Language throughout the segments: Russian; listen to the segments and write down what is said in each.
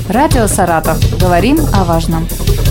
Радио «Саратов». Говорим о важном.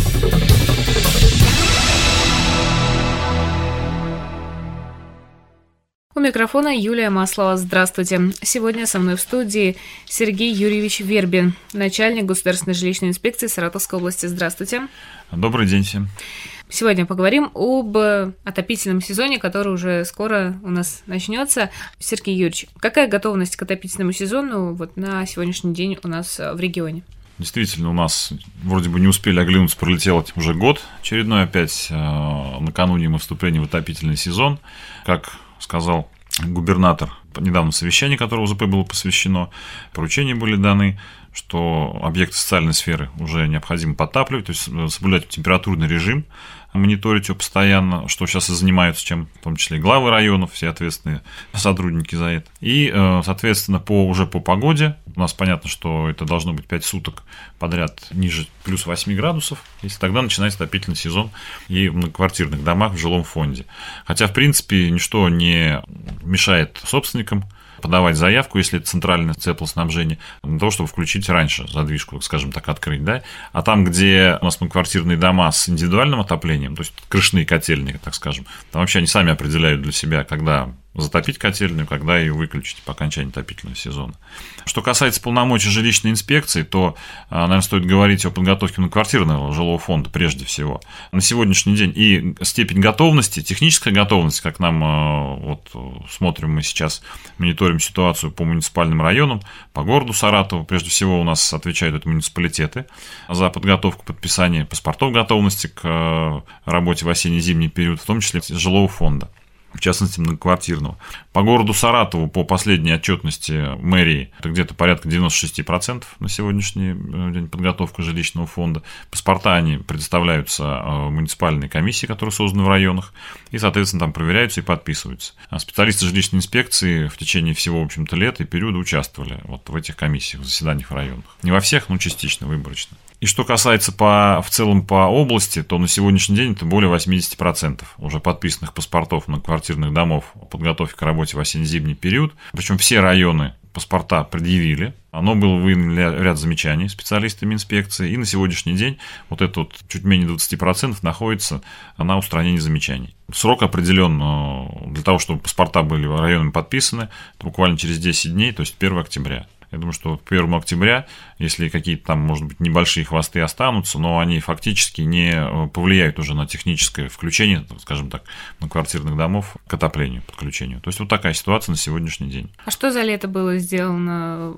У микрофона Юлия Маслова. Здравствуйте. Сегодня со мной в студии Сергей Юрьевич Вербин, начальник Государственной жилищной инспекции Саратовской области. Здравствуйте. Добрый день всем. Сегодня поговорим об отопительном сезоне, который уже скоро у нас начнется. Сергей Юрьевич, какая готовность к отопительному сезону на сегодняшний день у нас в регионе? Действительно, у нас вроде бы не успели оглянуться, пролетел уже год очередной опять. Накануне мы вступления в отопительный сезон. Как сказал губернатор по недавнему совещанию, которое УЗП было посвящено, поручения были даны, что объекты социальной сферы уже необходимо подтапливать, то есть соблюдать температурный режим, мониторить его постоянно, что сейчас и занимаются, чем в том числе и главы районов, все ответственные сотрудники за это. И, соответственно, уже по погоде, у нас понятно, что это должно быть 5 суток подряд ниже плюс 8 градусов, если тогда начинается отопительный сезон и в многоквартирных домах в жилом фонде. Хотя, в принципе, ничто не мешает собственникам подавать заявку, если это центральное теплоснабжение, для того, чтобы включить раньше задвижку, скажем так, открыть, да. А там, где у нас многоквартирные дома с индивидуальным отоплением, то есть крышные котельные, так скажем, там вообще они сами определяют для себя, когда затопить котельную, когда ее выключить по окончании отопительного сезона. Что касается полномочий жилищной инспекции, то, наверное, стоит говорить о подготовке многоквартирного жилого фонда прежде всего. На сегодняшний день и степень готовности, техническая готовность, как нам смотрим мы сейчас, мониторим ситуацию по муниципальным районам, по городу Саратову, прежде всего у нас отвечают это муниципалитеты за подготовку подписания паспортов готовности к работе в осенне-зимний период, в том числе жилого фонда, в частности, многоквартирного. По городу Саратову, по последней отчетности мэрии, это где-то порядка 96% на сегодняшний день подготовка жилищного фонда. Паспорта, они предоставляются муниципальной комиссии, которые созданы в районах, и, соответственно, там проверяются и подписываются. А специалисты жилищной инспекции в течение всего, в общем-то, лета и периода участвовали в этих комиссиях, в заседаниях в районах. Не во всех, но частично, выборочно. И что касается в целом по области, то на сегодняшний день это более 80% уже подписанных паспортов многоквартирных домов о подготовке к работе в осенне-зимний период. Причем все районы паспорта предъявили. Оно было выявлено ряд замечаний специалистами инспекции. И на сегодняшний день это чуть менее 20% находится на устранении замечаний. Срок определен для того, чтобы паспорта были районами подписаны, буквально через 10 дней, то есть 1 октября. Я думаю, что к 1 октября, если какие-то там, может быть, небольшие хвосты останутся, но они фактически не повлияют уже на техническое включение, скажем так, многоквартирных домов к отоплению, подключению. То есть такая ситуация на сегодняшний день. А что за лето было сделано?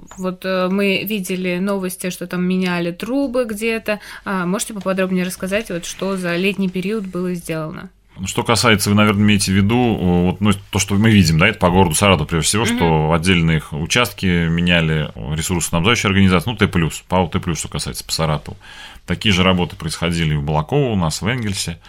Мы видели новости, что там меняли трубы где-то. Можете поподробнее рассказать, что за летний период было сделано? Что касается, вы, наверное, имеете в виду, то, что мы видим, это по городу Саратов, прежде всего, что отдельные участки меняли ресурсоснабжающие организации, Т+, ПАО Т+, что касается по Саратову. Такие же работы происходили и в Балаково, у нас в Энгельсе.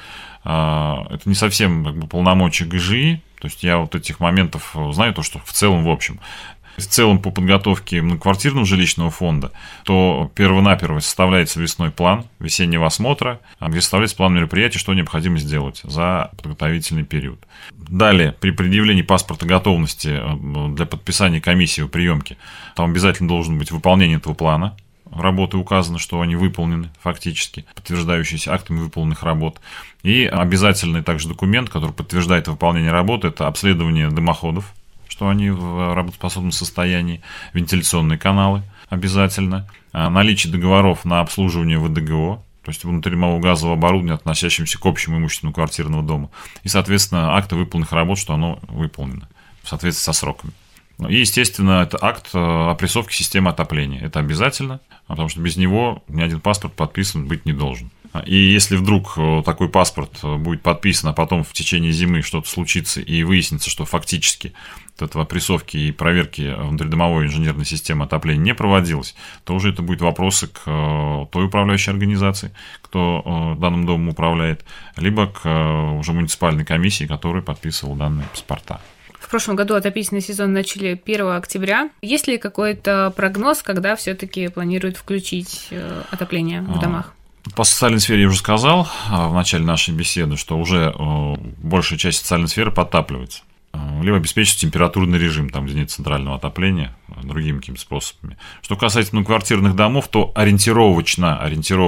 Это не совсем полномочия ГЖИ, то есть я этих моментов знаю, то, что в целом, в общем. В целом по подготовке многоквартирного жилищного фонда, то перво-наперво составляется весной план весеннего осмотра, где составляется план мероприятий, что необходимо сделать за подготовительный период. Далее, при предъявлении паспорта готовности для подписания комиссии о приемке, там обязательно должен быть выполнение этого плана. Работы указано, что они выполнены фактически, подтверждающиеся актами выполненных работ. И обязательный также документ, который подтверждает выполнение работы, это обследование дымоходов, что они в работоспособном состоянии, вентиляционные каналы обязательно, наличие договоров на обслуживание ВДГО, то есть внутридомового газового оборудования, относящегося к общему имуществу квартирного дома, и, соответственно, акты выполненных работ, что оно выполнено в соответствии со сроками. И, естественно, это акт опрессовки системы отопления. Это обязательно, потому что без него ни один паспорт подписан быть не должен. И если вдруг такой паспорт будет подписан, а потом в течение зимы что-то случится и выяснится, что фактически этого опрессовки и проверки внутридомовой инженерной системы отопления не проводилось, то уже это будут вопросы к той управляющей организации, кто данным домом управляет, либо к уже муниципальной комиссии, которая подписывала данные паспорта. В прошлом году отопительный сезон начали 1 октября. Есть ли какой-то прогноз, когда все-таки планируют включить отопление в домах? По социальной сфере я уже сказал в начале нашей беседы, что уже большая часть социальной сферы подтапливается. либо обеспечить температурный режим, там, где нет центрального отопления, другими какими-то способами. Что касается многоквартирных домов, то ориентировочно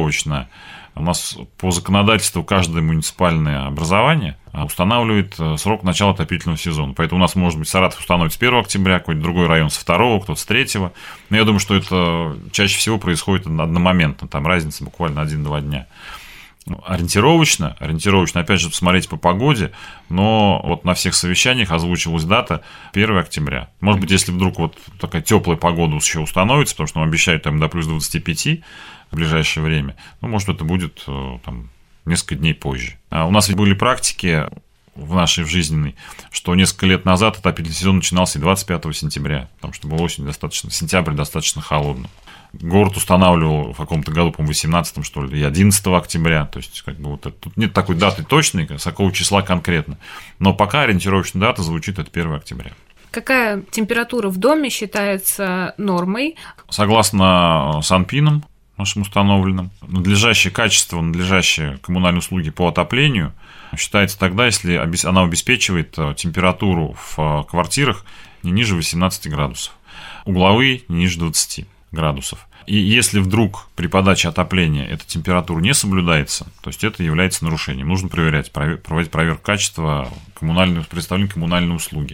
у нас по законодательству каждое муниципальное образование устанавливает срок начала отопительного сезона. Поэтому у нас, может быть, Саратов установит с 1 октября, какой-то другой район с 2, кто-то с 3. Но я думаю, что это чаще всего происходит одномоментно, там разница буквально 1-2 дня. Ориентировочно, опять же, посмотреть по погоде, но вот на всех совещаниях озвучивалась дата 1 октября. Может быть, если вдруг вот такая теплая погода еще установится, потому что нам обещают там до плюс 25 в ближайшее время, может, это будет там несколько дней позже. А у нас ведь были практики в нашей жизненной, что несколько лет назад отопительный сезон начинался и 25 сентября, потому что была осень сентябрь достаточно холодным. Город устанавливал в каком-то году, по-моему, 18-м, что ли, и 11 октября. То есть, как бы вот это, тут нет такой даты точной, с какого числа конкретно. Но пока ориентировочная дата звучит от 1 октября. Какая температура в доме считается нормой? Согласно Санпинам нашим установленным, надлежащее качество, надлежащие коммунальные услуги по отоплению считается тогда, если она обеспечивает температуру в квартирах не ниже 18 градусов, угловые не ниже 20 градусов. И если вдруг при подаче отопления эта температура не соблюдается, то есть это является нарушением. Нужно проводить проверку качества предоставления коммунальной услуги.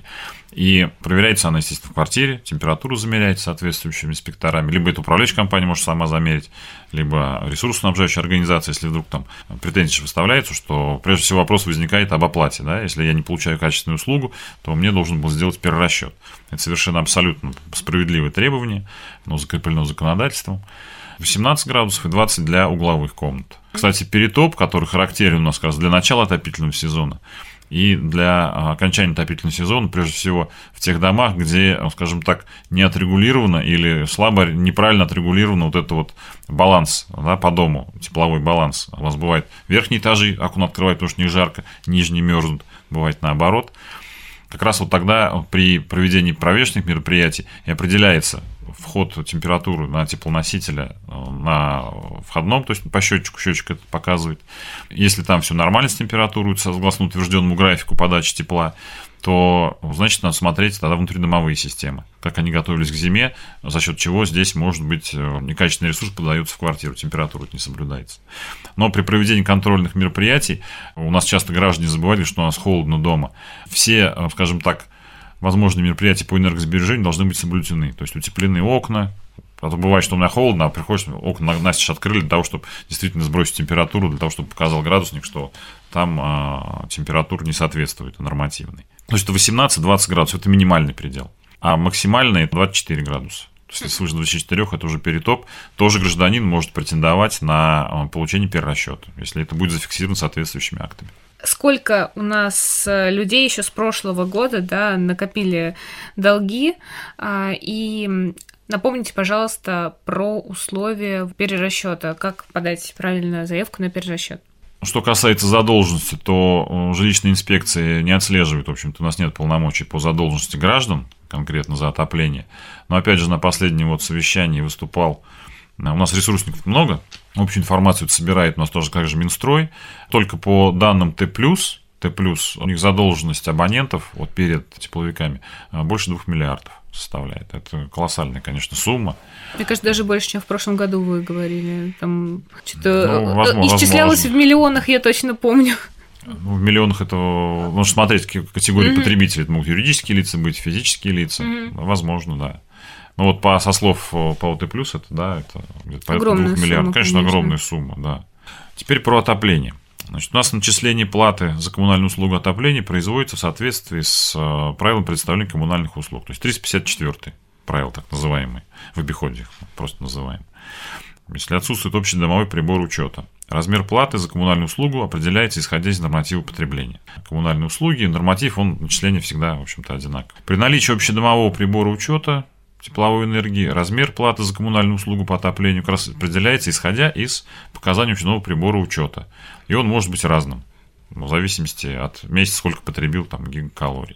И проверяется она, естественно, в квартире, температуру замеряется соответствующими инспекторами. Либо это управляющая компания может сама замерить, либо ресурсоснабжающая организация, если вдруг там претензии выставляются, что прежде всего вопрос возникает об оплате. Да? Если я не получаю качественную услугу, то мне должен был сделать перерасчет. Это совершенно абсолютно справедливое требование, но закреплено законодательством. 18 градусов и 20 для угловых комнат. Кстати, перетоп, который характерен у нас как раз для начала отопительного сезона, и для окончания отопительного сезона, прежде всего, в тех домах, где, скажем так, не отрегулировано или слабо, неправильно отрегулировано вот это вот баланс, да, по дому, тепловой баланс. У вас бывает верхние этажи окна открывают, потому что не жарко, нижние мерзнут, бывает наоборот. Как раз вот тогда при проведении проверочных мероприятий и определяется вход температуры на теплоносителя на входном, то есть по счетчик это показывает. Если там все нормально с температурой, согласно утвержденному графику подачи тепла, то, значит, надо смотреть тогда внутридомовые системы, как они готовились к зиме, за счет чего здесь, может быть, некачественный ресурс подается в квартиру, температура не соблюдается. Но при проведении контрольных мероприятий у нас часто граждане забывают, что у нас холодно дома. Все, скажем так, возможные мероприятия по энергосбережению должны быть соблюдены. То есть утеплены окна. А то бывает, что у меня холодно, а приходишь, окна настежь открыли для того, чтобы действительно сбросить температуру, для того, чтобы показал градусник, что там температура не соответствует нормативной. То есть это 18-20 градусов, это минимальный предел. А максимальный это 24 градуса. То есть, если свыше 24, это уже перетоп. Тоже гражданин может претендовать на получение перерасчета, если это будет зафиксировано соответствующими актами. Сколько у нас людей еще с прошлого года, да, накопили долги, и напомните, пожалуйста, про условия перерасчета, как подать правильно заявку на перерасчет. Что касается задолженности, то жилищная инспекция не отслеживает, в общем-то, у нас нет полномочий по задолженности граждан, конкретно за отопление. Но, опять же, на последнем совещании выступал. У нас ресурсников много, общую информацию собирает у нас тоже как же Минстрой. Только по данным Т+, у них задолженность абонентов вот перед тепловиками больше 2 миллиардов составляет. Это колоссальная, конечно, сумма. Мне кажется, даже больше, чем в прошлом году вы говорили. Там что-то исчислялось в миллионах, я точно помню. В миллионах это нужно смотреть категории потребителей. Это могут юридические лица быть, физические лица. Возможно, да. Ну вот со слов по ОТ+, это, да, это где-то порядка 2 миллиардов. Конечно, огромная сумма, да. Теперь про отопление. Значит, у нас начисление платы за коммунальную услугу отопления производится в соответствии с правилом представления коммунальных услуг. То есть 354 правило, так называемое, в обиходе просто называем. Если отсутствует общедомовой прибор учета. Размер платы за коммунальную услугу определяется исходя из норматива потребления. Коммунальные услуги, норматив, начисление всегда, в общем-то, одинаковый. При наличии общедомового прибора учета тепловой энергии, размер платы за коммунальную услугу по отоплению как раз определяется, исходя из показаний общедомового прибора учета. И он может быть разным, в зависимости от месяца, сколько потребил там гигакалорий.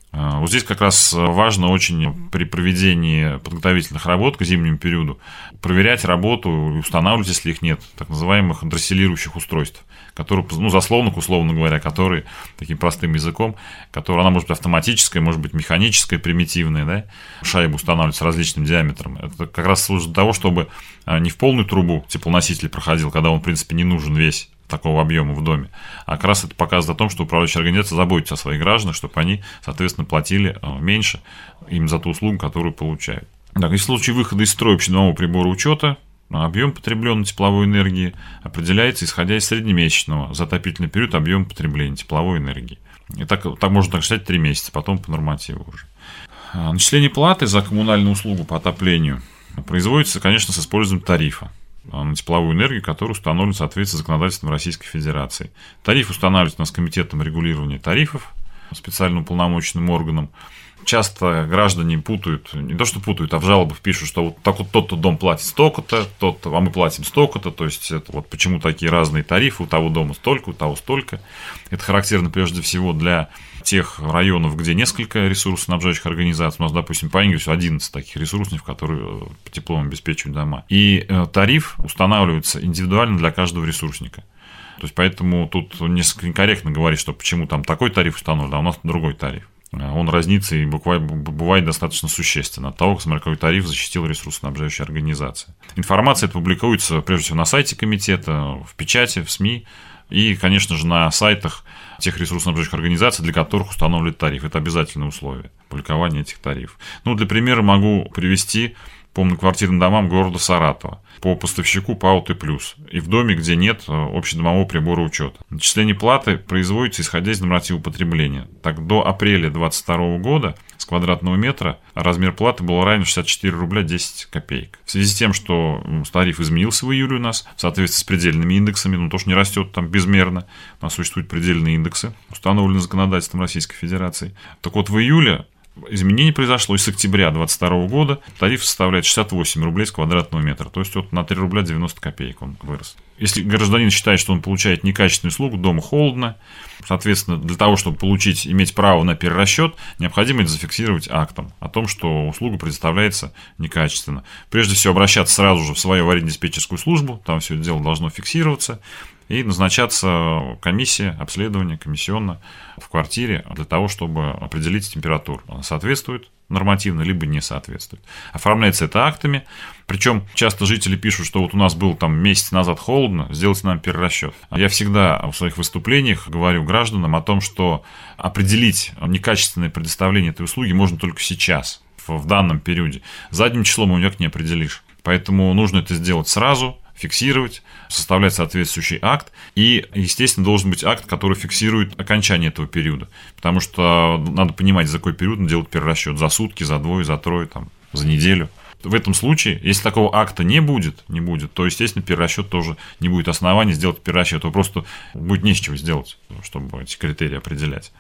Вот здесь как раз важно очень при проведении подготовительных работ к зимнему периоду проверять работу и устанавливать, если их нет, так называемых дросселирующих устройств, которые, заслонок, условно говоря, которые, таким простым языком, она может быть автоматическая, может быть механическая, примитивная, да, шайба устанавливать с различным диаметром. Это как раз служит для того, чтобы не в полную трубу теплоноситель проходил, когда он, в принципе, не нужен весь такого объема в доме. А как раз это показывает о том, что управляющая организация заботится о своих гражданах, чтобы они, соответственно, платили меньше им за ту услугу, которую получают. Так, и в случае выхода из строя общедомового прибора учета объем потребленной тепловой энергии определяется, исходя из среднемесячного за отопительный период объема потребления тепловой энергии. И так можно так считать 3 месяца, потом по нормативу уже. Начисление платы за коммунальную услугу по отоплению производится, конечно, с использованием тарифа на тепловую энергию, который установлен в соответствии с законодательством Российской Федерации. Тариф устанавливается у нас Комитетом регулирования тарифов, специальным уполномоченным органом. Часто граждане путают, не то что путают, а в жалобах пишут, что вот так вот тот-то дом платит столько-то, тот-то, а мы платим столько-то, то есть это вот почему такие разные тарифы, у того дома столько, у того столько. Это характерно прежде всего для тех районов, где несколько ресурсоснабжающих организаций. У нас, допустим, по Ингельсу 11 таких ресурсов, которые теплом обеспечивают дома. И тариф устанавливается индивидуально для каждого ресурсника. То есть поэтому тут несколько некорректно говорить, что почему там такой тариф установлен, а у нас другой тариф. Он разнится и бывает достаточно существенно от того, какой тариф защитила ресурсоснабжающая организация. Информация эта публикуется прежде всего на сайте комитета, в печати, в СМИ и, конечно же, на сайтах тех ресурсоснабжающих организаций, для которых установлен тариф. Это обязательное условие публикования этих тарифов. Для примера могу привести по многоквартирным домам города Саратова, по поставщику ПАО Т+, и в доме, где нет общедомового прибора учета. Начисление платы производится исходя из норматива потребления. Так, до апреля 2022 года с квадратного метра размер платы был равен 64 рубля 10 копеек. В связи с тем, что тариф изменился в июле у нас в соответствии с предельными индексами, то, что не растет там безмерно, у нас существуют предельные индексы, установленные законодательством Российской Федерации. Так вот, в июле изменение произошло, и с октября 2022 года тариф составляет 68 рублей с квадратного метра, то есть на 3 рубля 90 копеек он вырос. Если гражданин считает, что он получает некачественную услугу, дома холодно, соответственно, для того, чтобы иметь право на перерасчет, необходимо это зафиксировать актом о том, что услуга предоставляется некачественно. Прежде всего, обращаться сразу же в свою аварийно-диспетчерскую службу, там все это дело должно фиксироваться, и назначаться комиссия, обследование комиссионно в квартире для того, чтобы определить температуру. Она соответствует нормативно, либо не соответствует. Оформляется это актами. Причем часто жители пишут, что вот у нас был там месяц назад холодно, сделайте нам перерасчет. Я всегда в своих выступлениях говорю гражданам о том, что определить некачественное предоставление этой услуги можно только сейчас, в данном периоде. Задним числом его никак не определишь. Поэтому нужно это сделать сразу, фиксировать, составлять соответствующий акт. И, естественно, должен быть акт, который фиксирует окончание этого периода. Потому что надо понимать, за какой период делать перерасчет. За сутки, за двое, за трое, за неделю. В этом случае, если такого акта не будет, то, естественно, перерасчет тоже не будет оснований сделать перерасчет. То просто будет не с чего сделать, чтобы эти критерии определять.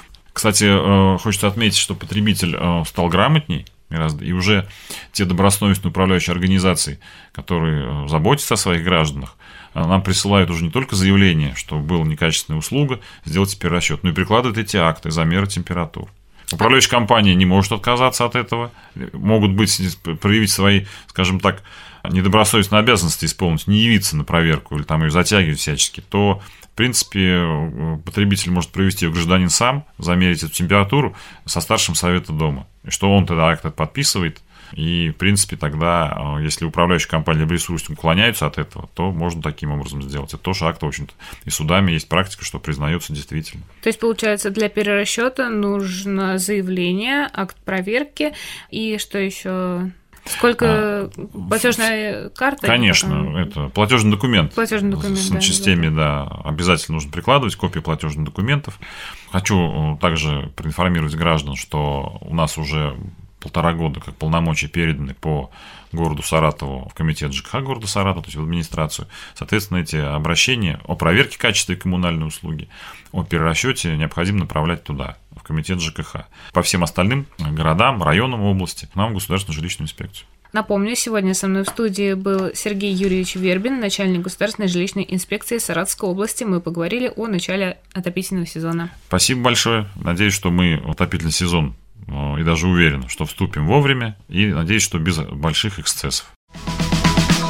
Кстати, хочется отметить, что потребитель стал грамотней, и уже те добросовестные управляющие организации, которые заботятся о своих гражданах, нам присылают уже не только заявление, что была некачественная услуга, сделайте перерасчет, но и прикладывают эти акты замера температур. Управляющая компания не может отказаться от этого, могут проявить свои, скажем так, недобросовестные обязанности исполнить, не явиться на проверку или ее затягивать всячески, то, в принципе, потребитель может провести ее гражданин сам, замерить эту температуру со старшим совета дома. И что он тогда акт подписывает, и, в принципе, тогда, если управляющая компания либо ресурсники уклоняются от этого, то можно таким образом сделать. Это тоже акт, в общем-то, и судами есть практика, что признается действительно. То есть, получается, для перерасчета нужно заявление, акт проверки, и что еще? Сколько платежная карта? Конечно, это платежный документ. Платежный документ, в системе, да, обязательно нужно прикладывать копию платежных документов. Хочу также проинформировать граждан, что у нас уже 1,5 года, как полномочия переданы по городу Саратову в комитет ЖКХ города Саратова, то есть в администрацию. Соответственно, эти обращения о проверке качества коммунальной услуги, о перерасчете необходимо направлять туда, в комитет ЖКХ. По всем остальным городам, районам области, к нам в Государственную жилищную инспекцию. Напомню, сегодня со мной в студии был Сергей Юрьевич Вербин, начальник Государственной жилищной инспекции Саратовской области. Мы поговорили о начале отопительного сезона. Спасибо большое. Надеюсь, что мы в отопительный сезон, и даже уверен, что вступим вовремя, и надеюсь, что без больших эксцессов.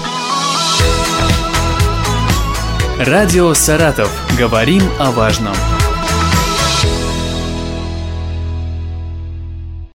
Радио «Саратов». Говорим о важном.